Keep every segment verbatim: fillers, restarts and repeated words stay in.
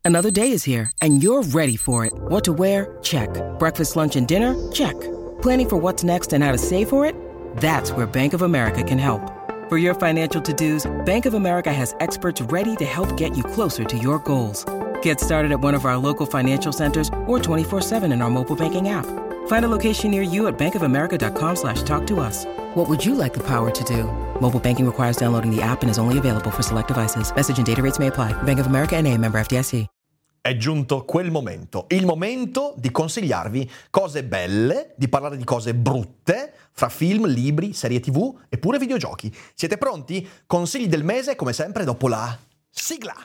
Another day is here, and you're ready for it. What to wear? Check. Breakfast, lunch, and dinner? Check. Planning for what's next and how to save for it? That's where Bank of America can help. For your financial to-dos, Bank of America has experts ready to help get you closer to your goals. Get started at one of our local financial centers or twenty-four seven in our mobile banking app. Find a location near you at bankofamerica.com slash talk to us. What would you like the power to do? Mobile banking requires downloading the app and is only available for select devices. Message and data rates may apply. Bank of America N A, member F D I C. È giunto quel momento, il momento di consigliarvi cose belle, di parlare di cose brutte, fra film, libri, serie tivù e pure videogiochi. Siete pronti? Consigli del mese, come sempre, dopo la sigla.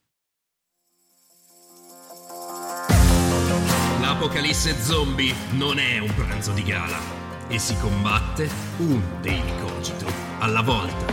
L'apocalisse zombie non è un pranzo di gala e si combatte un Daily Cogito alla volta.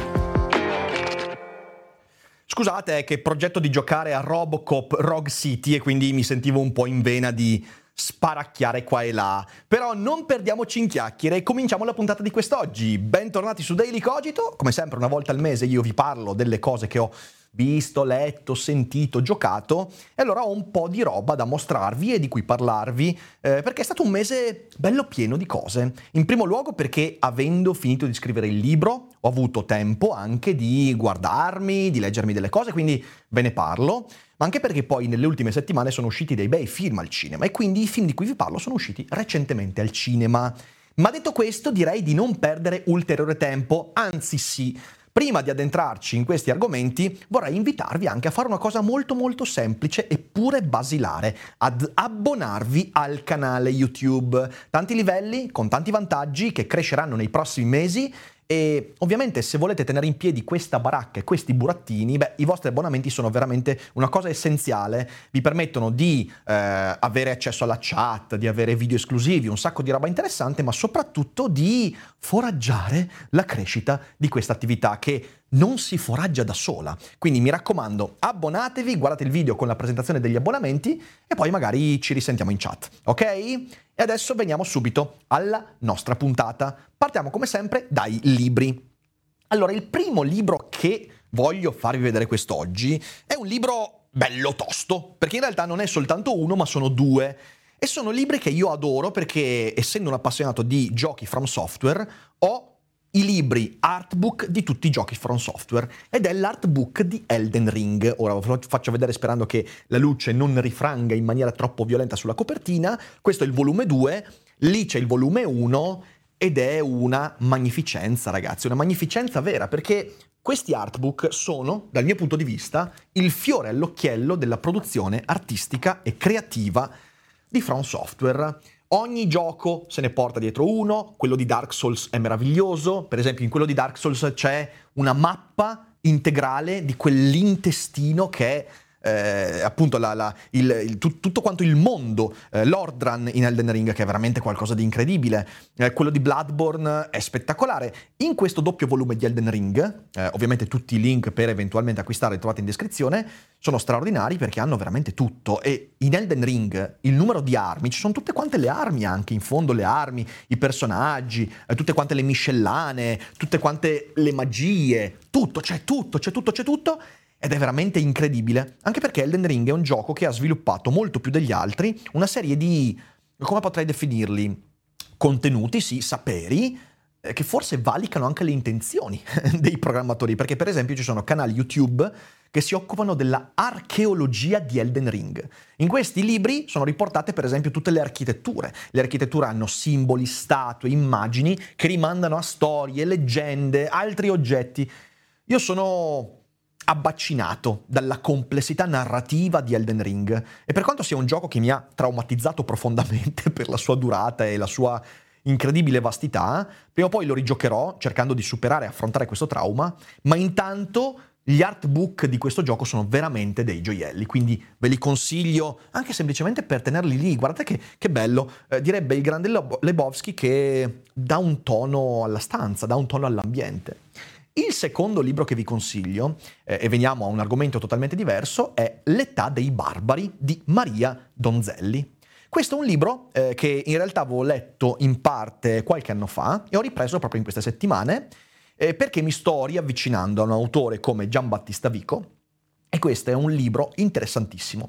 Scusate, è che progetto di giocare a Robocop Rogue City e quindi mi sentivo un po' in vena di sparacchiare qua e là. Però non perdiamoci in chiacchiere e cominciamo la puntata di quest'oggi. Bentornati su Daily Cogito. Come sempre, una volta al mese io vi parlo delle cose che ho visto, letto, sentito, giocato, e allora ho un po' di roba da mostrarvi e di cui parlarvi, eh, perché è stato un mese bello pieno di cose. In primo luogo perché, avendo finito di scrivere il libro, ho avuto tempo anche di guardarmi, di leggermi delle cose, quindi ve ne parlo, ma anche perché poi nelle ultime settimane sono usciti dei bei film al cinema, e quindi i film di cui vi parlo sono usciti recentemente al cinema. Ma detto questo, direi di non perdere ulteriore tempo, anzi sì. Prima di addentrarci in questi argomenti, vorrei invitarvi anche a fare una cosa molto molto semplice eppure basilare, ad abbonarvi al canale YouTube. Tanti livelli, con tanti vantaggi che cresceranno nei prossimi mesi, e ovviamente se volete tenere in piedi questa baracca e questi burattini, beh, i vostri abbonamenti sono veramente una cosa essenziale. Vi permettono di eh, avere accesso alla chat, di avere video esclusivi, un sacco di roba interessante, ma soprattutto di foraggiare la crescita di questa attività che non si foraggia da sola. Quindi mi raccomando, abbonatevi, guardate il video con la presentazione degli abbonamenti e poi magari ci risentiamo in chat, ok? E adesso veniamo subito alla nostra puntata. Partiamo come sempre dai libri. Allora, il primo libro che voglio farvi vedere quest'oggi è un libro bello tosto, perché in realtà non è soltanto uno, ma sono due. E sono libri che io adoro perché, essendo un appassionato di giochi From Software, ho i libri artbook di tutti i giochi From Software, ed è l'artbook di Elden Ring. Ora ve lo faccio vedere sperando che la luce non rifranga in maniera troppo violenta sulla copertina. Questo è il volume due, lì c'è il volume uno ed è una magnificenza, ragazzi, una magnificenza vera, perché questi artbook sono, dal mio punto di vista, il fiore all'occhiello della produzione artistica e creativa di From Software. Ogni gioco se ne porta dietro uno. Quello di Dark Souls è meraviglioso. Per esempio, in quello di Dark Souls c'è una mappa integrale di quell'intestino che è eh, appunto la, la, il, il, tutto quanto il mondo, eh, Lordran in Elden Ring, che è veramente qualcosa di incredibile. Eh, quello di Bloodborne è spettacolare. In questo doppio volume di Elden Ring, eh, ovviamente tutti i link per eventualmente acquistare li trovate in descrizione, sono straordinari perché hanno veramente tutto. E in Elden Ring il numero di armi, ci sono tutte quante le armi, anche in fondo le armi, i personaggi, eh, tutte quante le miscellane, tutte quante le magie, tutto, c'è tutto, c'è tutto, c'è tutto. Ed è veramente incredibile, anche perché Elden Ring è un gioco che ha sviluppato molto più degli altri una serie di, come potrei definirli, contenuti, sì, saperi, eh, che forse valicano anche le intenzioni dei programmatori, perché per esempio ci sono canali YouTube che si occupano della archeologia di Elden Ring. In questi libri sono riportate per esempio tutte le architetture. Le architetture hanno simboli, statue, immagini che rimandano a storie, leggende, altri oggetti. Io sono abbaccinato dalla complessità narrativa di Elden Ring, e per quanto sia un gioco che mi ha traumatizzato profondamente per la sua durata e la sua incredibile vastità, prima o poi lo rigiocherò cercando di superare e affrontare questo trauma, ma intanto gli artbook di questo gioco sono veramente dei gioielli, quindi ve li consiglio anche semplicemente per tenerli lì. Guardate che, che bello, eh, direbbe il grande Lebowski che dà un tono alla stanza, dà un tono all'ambiente. Il secondo libro che vi consiglio, eh, e veniamo a un argomento totalmente diverso, è L'età dei barbari di Maria Donzelli. Questo è un libro eh, che in realtà avevo letto in parte qualche anno fa e ho ripreso proprio in queste settimane eh, perché mi sto riavvicinando a un autore come Giambattista Vico, e questo è un libro interessantissimo.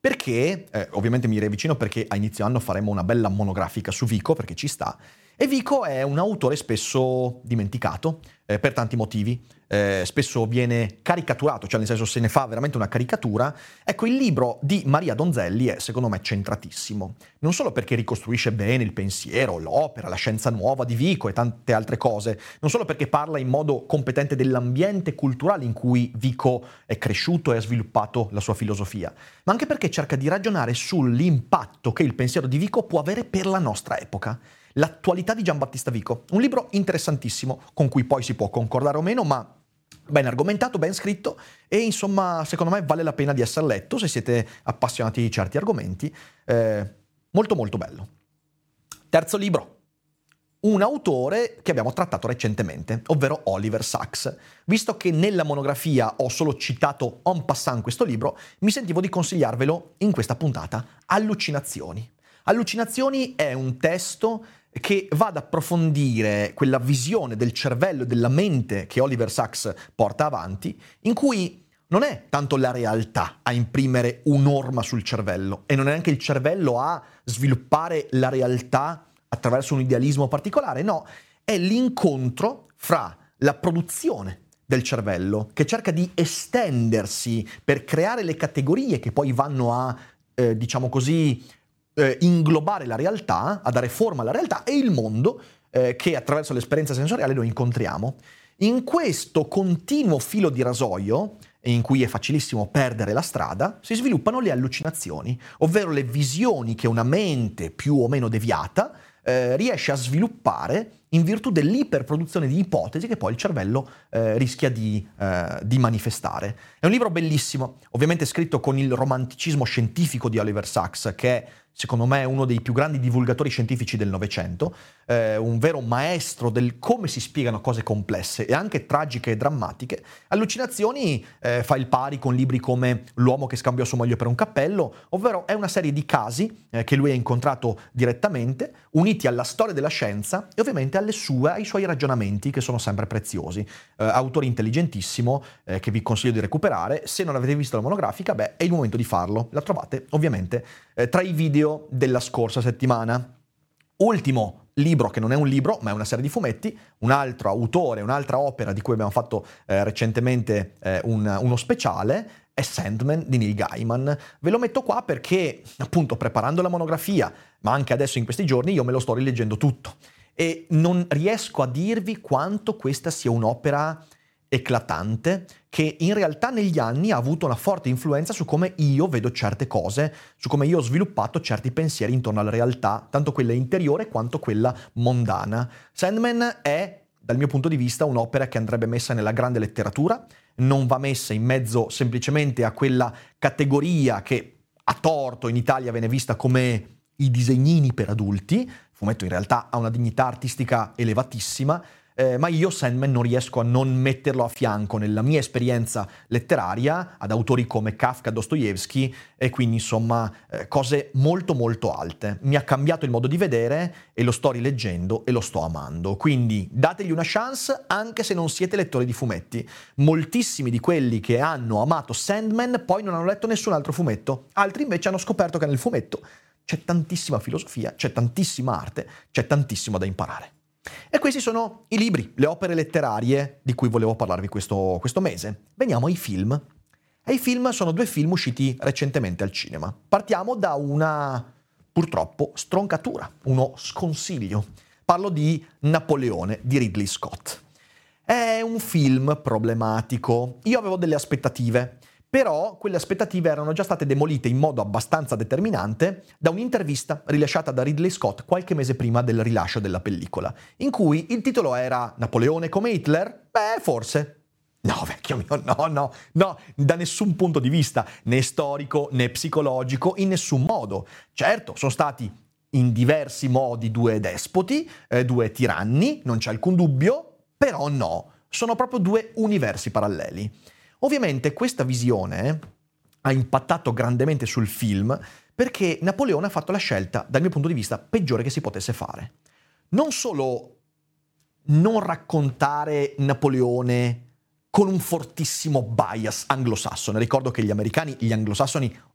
perché, eh, ovviamente mi ravvicino perché a inizio anno faremo una bella monografica su Vico, perché ci sta, e Vico è un autore spesso dimenticato, eh, per tanti motivi, eh, spesso viene caricaturato, cioè nel senso se ne fa veramente una caricatura. Ecco, il libro di Maria Donzelli è secondo me centratissimo, non solo perché ricostruisce bene il pensiero, l'opera, la scienza nuova di Vico e tante altre cose, non solo perché parla in modo competente dell'ambiente culturale in cui Vico è cresciuto e ha sviluppato la sua filosofia, ma anche perché cerca di ragionare sull'impatto che il pensiero di Vico può avere per la nostra epoca. L'attualità di Giambattista Vico, un libro interessantissimo, con cui poi si può concordare o meno, ma ben argomentato, ben scritto e insomma secondo me vale la pena di essere letto se siete appassionati di certi argomenti. Eh, molto molto bello. Terzo libro, un autore che abbiamo trattato recentemente, ovvero Oliver Sacks. Visto che nella monografia ho solo citato en passant questo libro, mi sentivo di consigliarvelo in questa puntata. Allucinazioni. Allucinazioni è un testo che va ad approfondire quella visione del cervello e della mente che Oliver Sacks porta avanti, in cui non è tanto la realtà a imprimere un'orma sul cervello e non è neanche il cervello a sviluppare la realtà attraverso un idealismo particolare, no, è l'incontro fra la produzione del cervello che cerca di estendersi per creare le categorie che poi vanno a, eh, diciamo così, Eh, inglobare la realtà, a dare forma alla realtà, e il mondo eh, che attraverso l'esperienza sensoriale noi incontriamo. In questo continuo filo di rasoio, in cui è facilissimo perdere la strada, si sviluppano le allucinazioni, ovvero le visioni che una mente più o meno deviata eh, riesce a sviluppare in virtù dell'iperproduzione di ipotesi che poi il cervello eh, rischia di, eh, di manifestare. È un libro bellissimo, ovviamente scritto con il romanticismo scientifico di Oliver Sacks, che è secondo me uno dei più grandi divulgatori scientifici del Novecento, eh, un vero maestro del come si spiegano cose complesse e anche tragiche e drammatiche. Allucinazioni eh, fa il pari con libri come L'uomo che scambiò sua moglie per un cappello, ovvero è una serie di casi eh, che lui ha incontrato direttamente, uniti alla storia della scienza e ovviamente alle sue, ai suoi ragionamenti che sono sempre preziosi. Eh, autore intelligentissimo eh, che vi consiglio di recuperare. Se non avete visto la monografica, beh, è il momento di farlo. La trovate ovviamente eh, tra i video della scorsa settimana. Ultimo libro, che non è un libro ma è una serie di fumetti, un altro autore, un'altra opera di cui abbiamo fatto eh, recentemente eh, un, uno speciale, è Sandman di Neil Gaiman. Ve lo metto qua perché appunto preparando la monografia, ma anche adesso in questi giorni, io me lo sto rileggendo tutto e non riesco a dirvi quanto questa sia un'opera eclatante che in realtà negli anni ha avuto una forte influenza su come io vedo certe cose, su come io ho sviluppato certi pensieri intorno alla realtà, tanto quella interiore quanto quella mondana. Sandman è, dal mio punto di vista, un'opera che andrebbe messa nella grande letteratura, non va messa in mezzo semplicemente a quella categoria che a torto in Italia viene vista come i disegnini per adulti. Il fumetto in realtà ha una dignità artistica elevatissima, Eh, ma io Sandman non riesco a non metterlo a fianco nella mia esperienza letteraria ad autori come Kafka, Dostoevsky e quindi insomma eh, cose molto molto alte. Mi ha cambiato il modo di vedere e lo sto rileggendo e lo sto amando, quindi dategli una chance anche se non siete lettori di fumetti. Moltissimi di quelli che hanno amato Sandman poi non hanno letto nessun altro fumetto, altri invece hanno scoperto che nel fumetto c'è tantissima filosofia, c'è tantissima arte, c'è tantissimo da imparare. E questi sono i libri, le opere letterarie di cui volevo parlarvi questo, questo mese. Veniamo ai film. E i film sono due film usciti recentemente al cinema. Partiamo da una, purtroppo, stroncatura, uno sconsiglio. Parlo di Napoleone di Ridley Scott. È un film problematico. Io avevo delle aspettative, però quelle aspettative erano già state demolite in modo abbastanza determinante da un'intervista rilasciata da Ridley Scott qualche mese prima del rilascio della pellicola, in cui il titolo era Napoleone come Hitler? Beh, forse. No, vecchio mio, no, no, no, da nessun punto di vista, né storico né psicologico, in nessun modo. Certo, sono stati in diversi modi due despoti, eh, due tiranni, non c'è alcun dubbio, però no, sono proprio due universi paralleli. Ovviamente questa visione ha impattato grandemente sul film perché Napoleone ha fatto la scelta, dal mio punto di vista, peggiore che si potesse fare. Non solo non raccontare Napoleone con un fortissimo bias anglosassone. Ricordo che gli americani, gli anglosassoni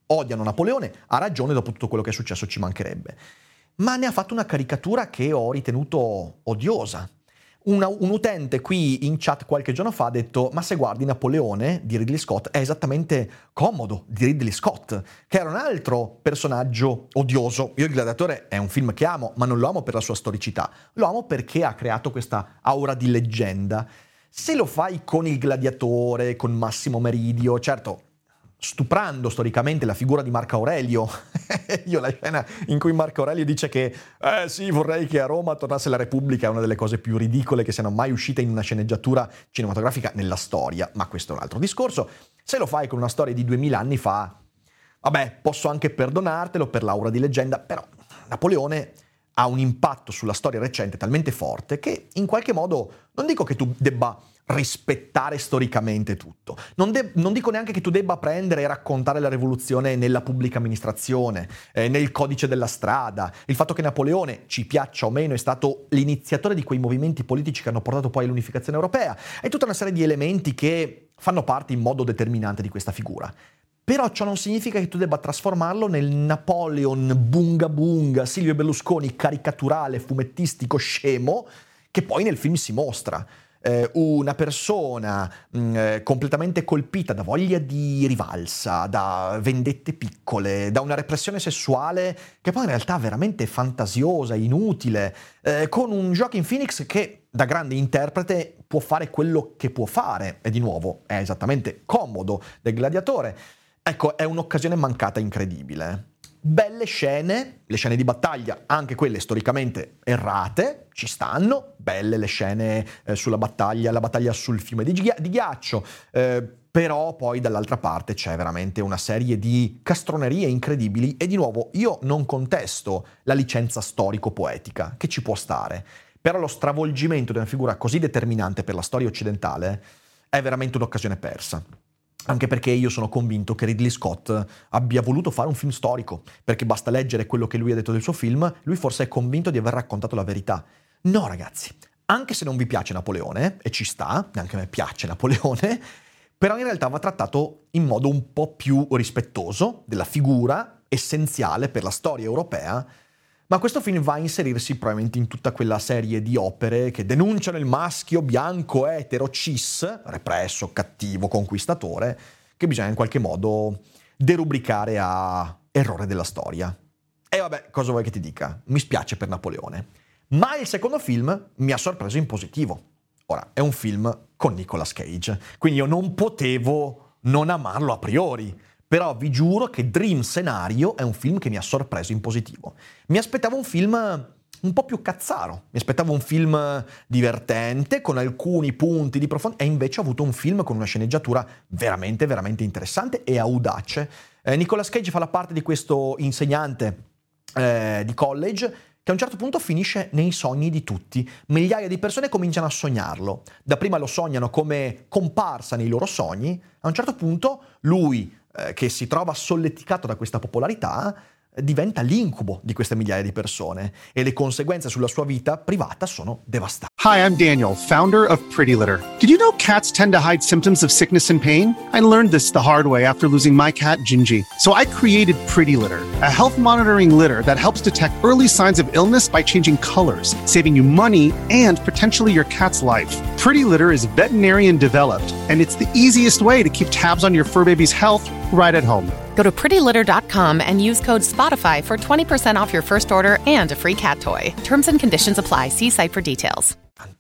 odiano Napoleone, ha ragione, dopo tutto quello che è successo ci mancherebbe. Ma ne ha fatto una caricatura che ho ritenuto odiosa. Una, un utente qui in chat qualche giorno fa ha detto: ma se guardi Napoleone di Ridley Scott è esattamente Comodo di Ridley Scott, che era un altro personaggio odioso. Io Il Gladiatore è un film che amo, ma non lo amo per la sua storicità, lo amo perché ha creato questa aura di leggenda. Se lo fai con Il Gladiatore, con Massimo Meridio, certo, stuprando storicamente la figura di Marco Aurelio. Io la scena in cui Marco Aurelio dice che eh sì, vorrei che a Roma tornasse la Repubblica è una delle cose più ridicole che siano mai uscite in una sceneggiatura cinematografica nella storia, ma questo è un altro discorso. Se lo fai con una storia di duemila anni fa, vabbè, posso anche perdonartelo per l'aura di leggenda, però Napoleone ha un impatto sulla storia recente talmente forte che in qualche modo, non dico che tu debba rispettare storicamente tutto, non, de- non dico neanche che tu debba prendere e raccontare la rivoluzione nella pubblica amministrazione, eh, nel codice della strada, il fatto che Napoleone, ci piaccia o meno, è stato l'iniziatore di quei movimenti politici che hanno portato poi all'unificazione europea, è tutta una serie di elementi che fanno parte in modo determinante di questa figura. Però ciò non significa che tu debba trasformarlo nel Napoleon bunga bunga, Silvio Berlusconi, caricaturale, fumettistico, scemo, che poi nel film si mostra. Eh, una persona mh, eh, completamente colpita da voglia di rivalsa, da vendette piccole, da una repressione sessuale che poi in realtà è veramente fantasiosa, inutile, eh, con un Joaquin Phoenix che da grande interprete può fare quello che può fare, e di nuovo è esattamente Comodo del Gladiatore. Ecco, è un'occasione mancata incredibile. Belle scene, le scene di battaglia, anche quelle storicamente errate, ci stanno, belle le scene eh, sulla battaglia, la battaglia sul fiume di, ghi- di ghiaccio, eh, però poi dall'altra parte c'è veramente una serie di castronerie incredibili e di nuovo io non contesto la licenza storico-poetica, che ci può stare, però lo stravolgimento di una figura così determinante per la storia occidentale è veramente un'occasione persa. Anche perché io sono convinto che Ridley Scott abbia voluto fare un film storico, perché basta leggere quello che lui ha detto del suo film, lui forse è convinto di aver raccontato la verità. No ragazzi, anche se non vi piace Napoleone, e ci sta, neanche a me piace Napoleone, però in realtà va trattato in modo un po' più rispettoso della figura essenziale per la storia europea. Ma questo film va a inserirsi probabilmente in tutta quella serie di opere che denunciano il maschio bianco, etero, cis, represso, cattivo, conquistatore, che bisogna in qualche modo derubricare a errore della storia. E vabbè, cosa vuoi che ti dica? Mi spiace per Napoleone. Ma il secondo film mi ha sorpreso in positivo. Ora, è un film con Nicolas Cage, quindi io non potevo non amarlo a priori. Però vi giuro che Dream Scenario è un film che mi ha sorpreso in positivo. Mi aspettavo un film un po' più cazzaro, mi aspettavo un film divertente, con alcuni punti di profondità, e invece ho avuto un film con una sceneggiatura veramente, veramente interessante e audace. Eh, Nicolas Cage fa la parte di questo insegnante eh, di college che a un certo punto finisce nei sogni di tutti. Migliaia di persone cominciano a sognarlo. Dapprima lo sognano come comparsa nei loro sogni, a un certo punto lui, eh, che si trova solleticato da questa popolarità, eh, diventa l'incubo di queste migliaia di persone e le conseguenze sulla sua vita privata sono devastanti. Hi, I'm Daniel, founder of Pretty Litter. Did you know cats tend to hide symptoms of sickness and pain? I learned this the hard way after losing my cat, Gingy. So I created Pretty Litter, a health monitoring litter that helps detect early signs of illness by changing colors, saving you money and potentially your cat's life. Pretty Litter is veterinarian developed, and it's the easiest way to keep tabs on your fur baby's health right at home. Go to pretty litter dot com and use code SPOTIFY for twenty percent off your first order and a free cat toy. Terms and conditions apply. See site for details.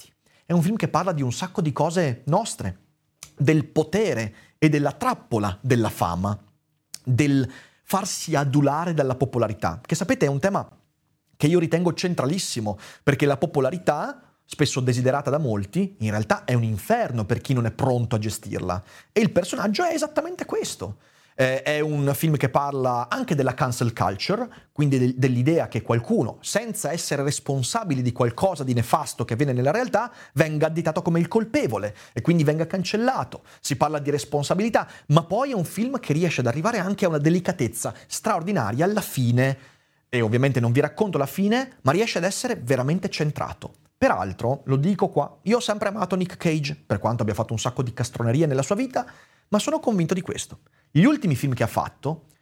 È un film che parla di un sacco di cose nostre, del potere e della trappola della fama, del farsi adulare dalla popolarità, che sapete è un tema che io ritengo centralissimo, perché la popolarità, spesso desiderata da molti, in realtà è un inferno per chi non è pronto a gestirla. E il personaggio è esattamente questo. Eh, è un film che parla anche della cancel culture, quindi de- dell'idea che qualcuno, senza essere responsabile di qualcosa di nefasto che avviene nella realtà, venga additato come il colpevole e quindi venga cancellato. Si parla di responsabilità, ma poi è un film che riesce ad arrivare anche a una delicatezza straordinaria alla fine, e ovviamente non vi racconto la fine, ma riesce ad essere veramente centrato. Peraltro, lo dico qua, io ho sempre amato Nick Cage, per quanto abbia fatto un sacco di castronerie nella sua vita, ma sono convinto di questo. Gli ultimi film che ha fatto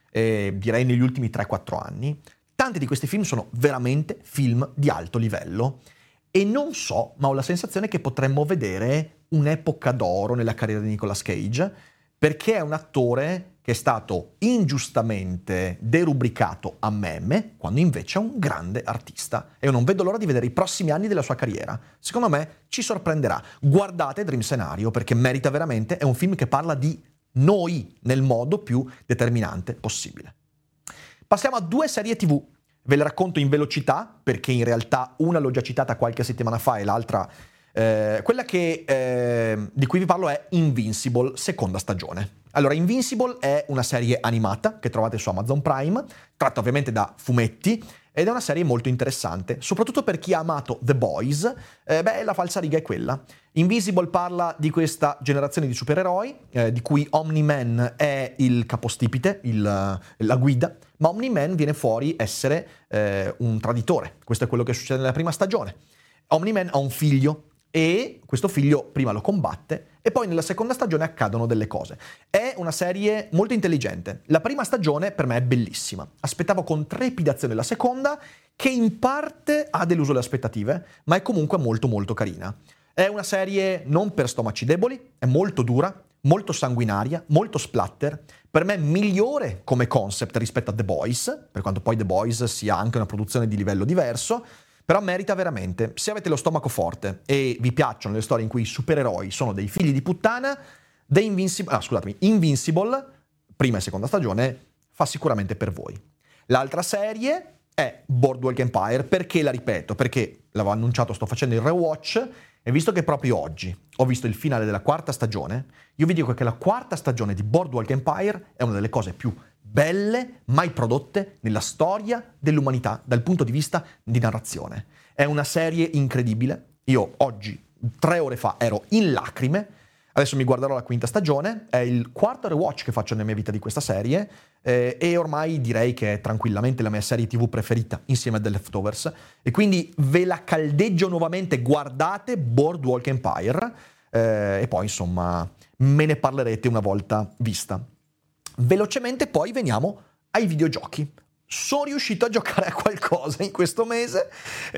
eh, direi negli ultimi tre quattro anni. Tanti di questi film sono veramente film di alto livello e non so, ma ho la sensazione che potremmo vedere un'epoca d'oro nella carriera di Nicolas Cage, perché è un attore che è stato ingiustamente derubricato a meme, quando invece è un grande artista. E io non vedo l'ora di vedere i prossimi anni della sua carriera. Secondo me ci sorprenderà. Guardate Dream Scenario, perché merita veramente, è un film che parla di noi nel modo più determinante possibile. Passiamo a due serie tivù. Ve le racconto in velocità, perché in realtà una l'ho già citata qualche settimana fa e l'altra... Eh, quella che, eh, di cui vi parlo è Invincible, seconda stagione. Allora, Invincible è una serie animata che trovate su Amazon Prime, tratta ovviamente da fumetti, ed è una serie molto interessante, soprattutto per chi ha amato The Boys. Eh, beh, la falsariga è quella. Invincible parla di questa generazione di supereroi, eh, di cui Omni-Man è il capostipite, il, la guida, ma Omni-Man viene fuori essere eh, un traditore. Questo è quello che succede nella prima stagione. Omni-Man ha un figlio, e questo figlio prima lo combatte e poi nella seconda stagione accadono delle cose. È una serie molto intelligente. La prima stagione per me è bellissima. Aspettavo con trepidazione la seconda, che in parte ha deluso le aspettative, ma è comunque molto molto carina. È una serie non per stomaci deboli, è molto dura, molto sanguinaria, molto splatter, per me migliore come concept rispetto a The Boys, per quanto poi The Boys sia anche una produzione di livello diverso. Però merita veramente. Se avete lo stomaco forte e vi piacciono le storie in cui i supereroi sono dei figli di puttana, The Invincible, ah, scusatemi, Invincible, prima e seconda stagione, fa sicuramente per voi. L'altra serie è Boardwalk Empire. Perché la ripeto? Perché l'avevo annunciato, sto facendo il rewatch, e visto che proprio oggi ho visto il finale della quarta stagione, io vi dico che la quarta stagione di Boardwalk Empire è una delle cose più belle mai prodotte nella storia dell'umanità dal punto di vista di narrazione. È una serie incredibile. Io oggi, tre ore fa, ero in lacrime. Adesso mi guarderò la quinta stagione. È il quarto rewatch che faccio nella mia vita di questa serie eh, e ormai direi che è tranquillamente la mia serie tivù preferita insieme a The Leftovers, e quindi ve la caldeggio nuovamente. Guardate Boardwalk Empire eh, e poi insomma me ne parlerete una volta vista. Velocemente poi veniamo ai videogiochi. Sono riuscito a giocare a qualcosa in questo mese,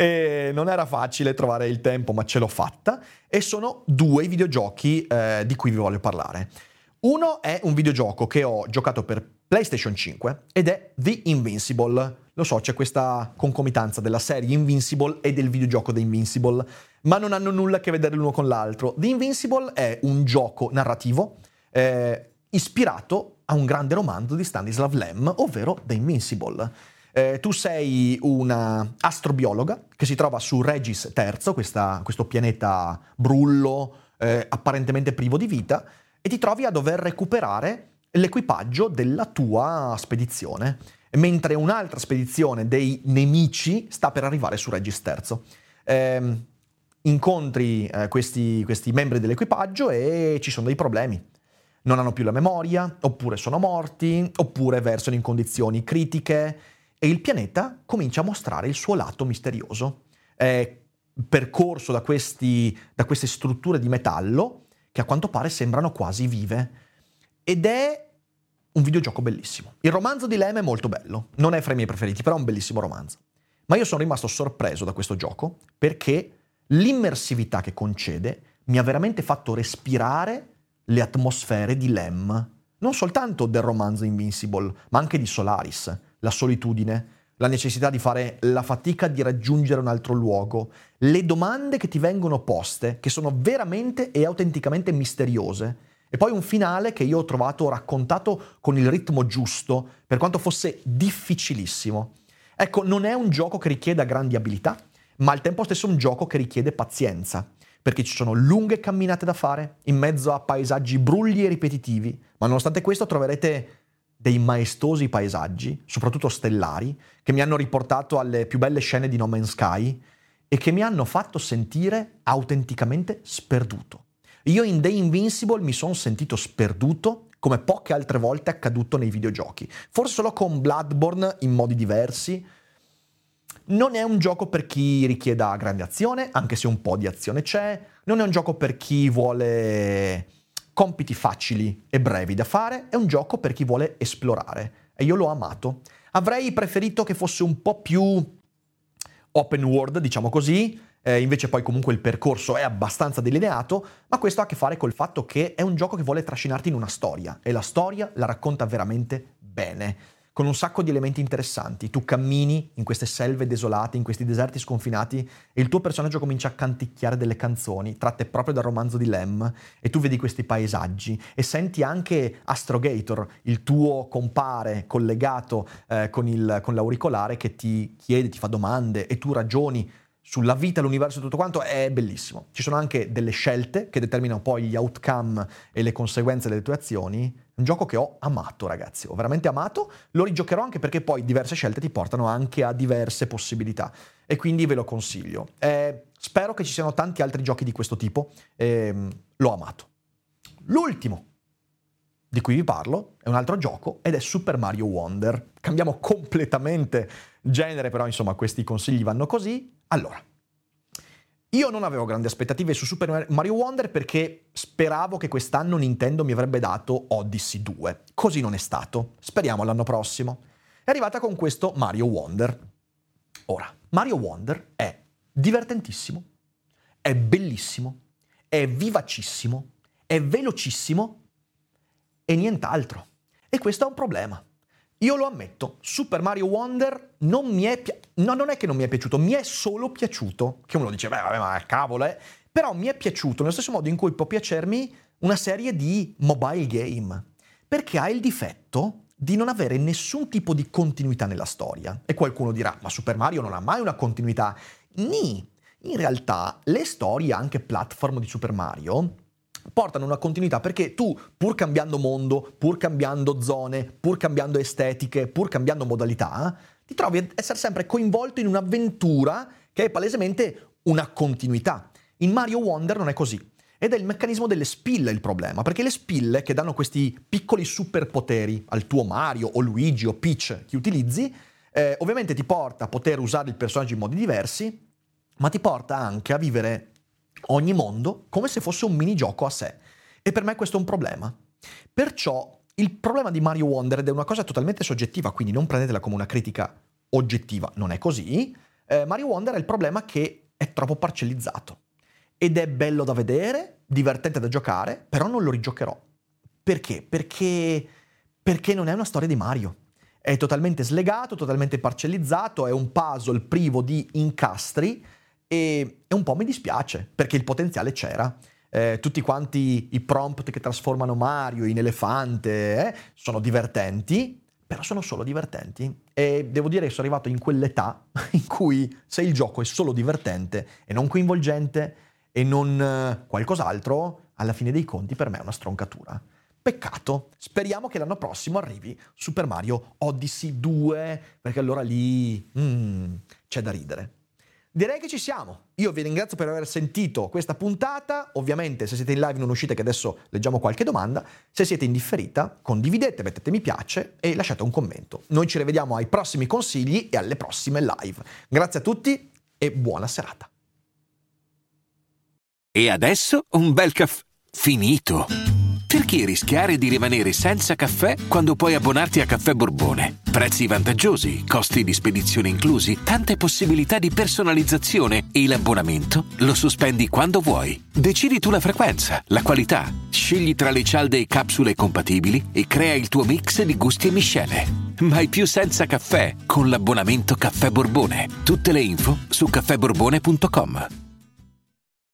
e non era facile trovare il tempo, ma ce l'ho fatta, e sono due i videogiochi eh, di cui vi voglio parlare. Uno è un videogioco che ho giocato per PlayStation cinque ed è The Invincible. Lo so, c'è questa concomitanza della serie Invincible e del videogioco The Invincible, ma non hanno nulla a che vedere l'uno con l'altro. The Invincible è un gioco narrativo eh, ispirato a un grande romanzo di Stanislav Lem, ovvero The Invincible. Eh, tu sei una astrobiologa che si trova su Regis terzo, questa, questo pianeta brullo, eh, apparentemente privo di vita, e ti trovi a dover recuperare l'equipaggio della tua spedizione, mentre un'altra spedizione dei nemici sta per arrivare su Regis terzo. Eh, incontri eh, questi, questi membri dell'equipaggio e ci sono dei problemi. Non hanno più la memoria, oppure sono morti, oppure versano in condizioni critiche, e il pianeta comincia a mostrare il suo lato misterioso. È percorso da, questi, da queste strutture di metallo che a quanto pare sembrano quasi vive. Ed è un videogioco bellissimo. Il romanzo di Lem è molto bello, non è fra i miei preferiti, però è un bellissimo romanzo. Ma io sono rimasto sorpreso da questo gioco perché l'immersività che concede mi ha veramente fatto respirare le atmosfere di Lem, non soltanto del romanzo Invincible, ma anche di Solaris, la solitudine, la necessità di fare la fatica di raggiungere un altro luogo, le domande che ti vengono poste, che sono veramente e autenticamente misteriose, e poi un finale che io ho trovato raccontato con il ritmo giusto, per quanto fosse difficilissimo. Ecco, non è un gioco che richieda grandi abilità, ma al tempo stesso un gioco che richiede pazienza, perché ci sono lunghe camminate da fare in mezzo a paesaggi brulli e ripetitivi, ma nonostante questo troverete dei maestosi paesaggi, soprattutto stellari, che mi hanno riportato alle più belle scene di No Man's Sky e che mi hanno fatto sentire autenticamente sperduto. Io in The Invincible mi sono sentito sperduto come poche altre volte è accaduto nei videogiochi, forse solo con Bloodborne in modi diversi. Non è un gioco per chi richieda grande azione, anche se un po' di azione c'è. Non è un gioco per chi vuole compiti facili e brevi da fare. È un gioco per chi vuole esplorare. e io l'ho amato. Avrei preferito che fosse un po' più open world, diciamo così, eh, invece poi comunque il percorso è abbastanza delineato, ma questo ha a che fare col fatto che è un gioco che vuole trascinarti in una storia, e la storia la racconta veramente bene, con un sacco di elementi interessanti. Tu cammini in queste selve desolate, in questi deserti sconfinati, e il tuo personaggio comincia a canticchiare delle canzoni tratte proprio dal romanzo di Lem, e tu vedi questi paesaggi e senti anche Astrogator, il tuo compare collegato eh, con, il, con l'auricolare, che ti chiede, ti fa domande, e tu ragioni sulla vita, l'universo e tutto quanto. È bellissimo. Ci sono anche delle scelte che determinano poi gli outcome e le conseguenze delle tue azioni. Un gioco che ho amato, ragazzi, ho veramente amato. Lo rigiocherò anche perché poi diverse scelte ti portano anche a diverse possibilità, e quindi ve lo consiglio. Eh, spero che ci siano tanti altri giochi di questo tipo. Eh, l'ho amato. L'ultimo di cui vi parlo è un altro gioco, ed è Super Mario Wonder. Cambiamo completamente genere, però insomma questi consigli vanno così. Allora, io non avevo grandi aspettative su Super Mario Wonder perché speravo che quest'anno Nintendo mi avrebbe dato Odyssey due. Così non è stato. Speriamo l'anno prossimo. È arrivata con questo Mario Wonder. Ora, Mario Wonder è divertentissimo, è bellissimo, è vivacissimo, è velocissimo e nient'altro. E questo è un problema. Io lo ammetto, Super Mario Wonder non mi è pi- no, non è che non mi è piaciuto, mi è solo piaciuto. Che uno dice, beh, vabbè, ma cavolo, eh. Però mi è piaciuto nello stesso modo in cui può piacermi una serie di mobile game, perché ha il difetto di non avere nessun tipo di continuità nella storia. E qualcuno dirà, ma Super Mario non ha mai una continuità. Nì, in realtà le storie, anche platform di Super Mario, portano una continuità, perché tu, pur cambiando mondo, pur cambiando zone, pur cambiando estetiche, pur cambiando modalità, ti trovi ad essere sempre coinvolto in un'avventura che è palesemente una continuità. In Mario Wonder non è così. Ed è il meccanismo delle spille il problema, perché le spille che danno questi piccoli superpoteri al tuo Mario o Luigi o Peach che utilizzi, eh, ovviamente ti porta a poter usare il personaggio in modi diversi, ma ti porta anche a vivere ogni mondo come se fosse un minigioco a sé. E per me questo è un problema. Perciò il problema di Mario Wonder, ed è una cosa totalmente soggettiva, quindi non prendetela come una critica oggettiva, non è così, eh, Mario Wonder è il problema che è troppo parcellizzato. Ed è bello da vedere, divertente da giocare, però non lo rigiocherò. Perché? Perché, perché non è una storia di Mario. È totalmente slegato, totalmente parcellizzato, è un puzzle privo di incastri, e, e un po' mi dispiace, perché il potenziale c'era. Eh, tutti quanti i prompt che trasformano Mario in elefante eh, sono divertenti, però sono solo divertenti. E devo dire che sono arrivato in quell'età in cui se il gioco è solo divertente e non coinvolgente e non eh, qualcos'altro, alla fine dei conti per me è una stroncatura. Peccato. Speriamo che l'anno prossimo arrivi Super Mario Odyssey due, perché allora lì mm, c'è da ridere. Direi che ci siamo. Io vi ringrazio per aver sentito questa puntata. Ovviamente se siete in live non uscite, che adesso leggiamo qualche domanda. Se siete in differita, condividete, mettete mi piace e lasciate un commento. Noi ci rivediamo ai prossimi consigli e alle prossime live. Grazie a tutti e buona serata. E adesso un bel caffè finito. Perché rischiare di rimanere senza caffè quando puoi abbonarti a Caffè Borbone? Prezzi vantaggiosi, costi di spedizione inclusi, tante possibilità di personalizzazione e l'abbonamento lo sospendi quando vuoi. Decidi tu la frequenza, la qualità, scegli tra le cialde e capsule compatibili e crea il tuo mix di gusti e miscele. Mai più senza caffè con l'abbonamento Caffè Borbone. Tutte le info su caffè borbone punto com.